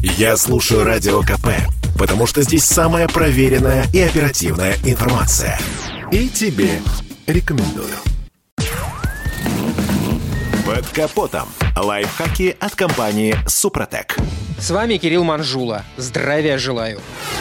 Я слушаю Радио КП, потому что здесь самая проверенная и оперативная информация. И тебе рекомендую. Под капотом. Лайфхаки от компании «Супротек». С вами Кирилл Манжула. Здравия желаю.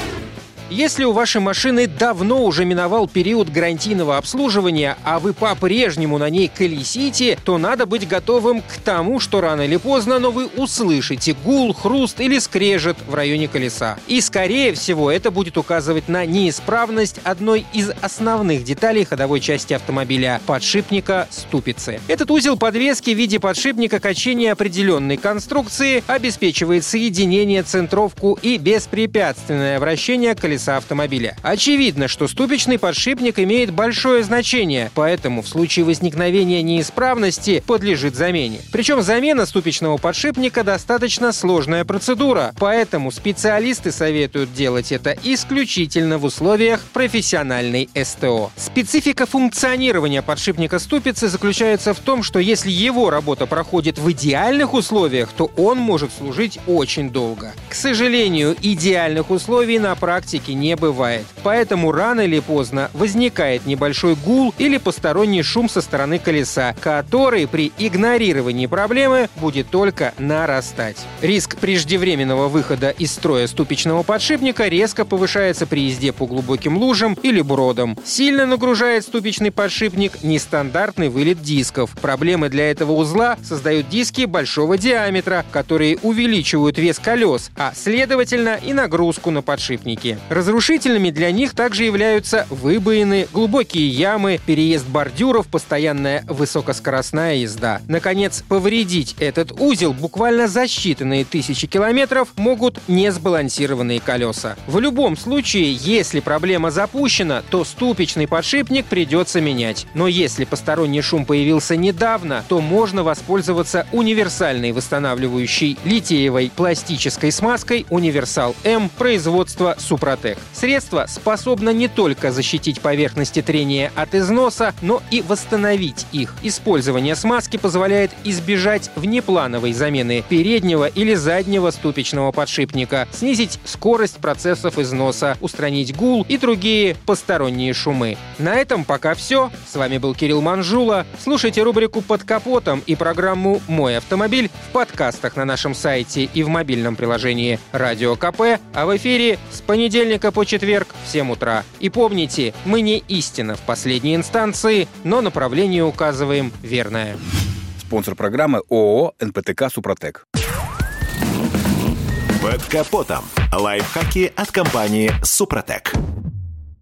Если у вашей машины давно уже миновал период гарантийного обслуживания, а вы по-прежнему на ней колесите, то надо быть готовым к тому, что рано или поздно, но вы услышите гул, хруст или скрежет в районе колеса. И, скорее всего, это будет указывать на неисправность одной из основных деталей ходовой части автомобиля – подшипника ступицы. Этот узел подвески в виде подшипника качения определенной конструкции обеспечивает соединение, центровку и беспрепятственное вращение колеса автомобиля. Очевидно, что ступичный подшипник имеет большое значение, поэтому в случае возникновения неисправности подлежит замене. Причем замена ступичного подшипника достаточно сложная процедура, поэтому специалисты советуют делать это исключительно в условиях профессиональной СТО. Специфика функционирования подшипника ступицы заключается в том, что если его работа проходит в идеальных условиях, то он может служить очень долго. К сожалению, идеальных условий на практике не бывает. Поэтому рано или поздно возникает небольшой гул или посторонний шум со стороны колеса, который при игнорировании проблемы будет только нарастать. Риск преждевременного выхода из строя ступичного подшипника резко повышается при езде по глубоким лужам или бродам. Сильно нагружает ступичный подшипник нестандартный вылет дисков. Проблемы для этого узла создают диски большого диаметра, которые увеличивают вес колес, а следовательно и нагрузку на подшипники. Разрушительными для них также являются выбоины, глубокие ямы, переезд бордюров, постоянная высокоскоростная езда. Наконец, повредить этот узел буквально за считанные тысячи километров могут несбалансированные колеса. В любом случае, если проблема запущена, то ступичный подшипник придется менять. Но если посторонний шум появился недавно, то можно воспользоваться универсальной восстанавливающей литиевой пластической смазкой «Универсал М» производства «Супротек». Средство способно не только защитить поверхности трения от износа, но и восстановить их. Использование смазки позволяет избежать внеплановой замены переднего или заднего ступичного подшипника, снизить скорость процессов износа, устранить гул и другие посторонние шумы. На этом пока все. С вами был Кирилл Манжула. Слушайте рубрику «Под капотом» и программу «Мой автомобиль» в подкастах на нашем сайте и в мобильном приложении «Радио КП», а в эфире с понедельника по четверг в 7 утра. И помните, мы не истина в последней инстанции, но направление указываем верное. Спонсор программы ООО «НПТК Супротек». Под капотом. Лайфхаки от компании «Супротек».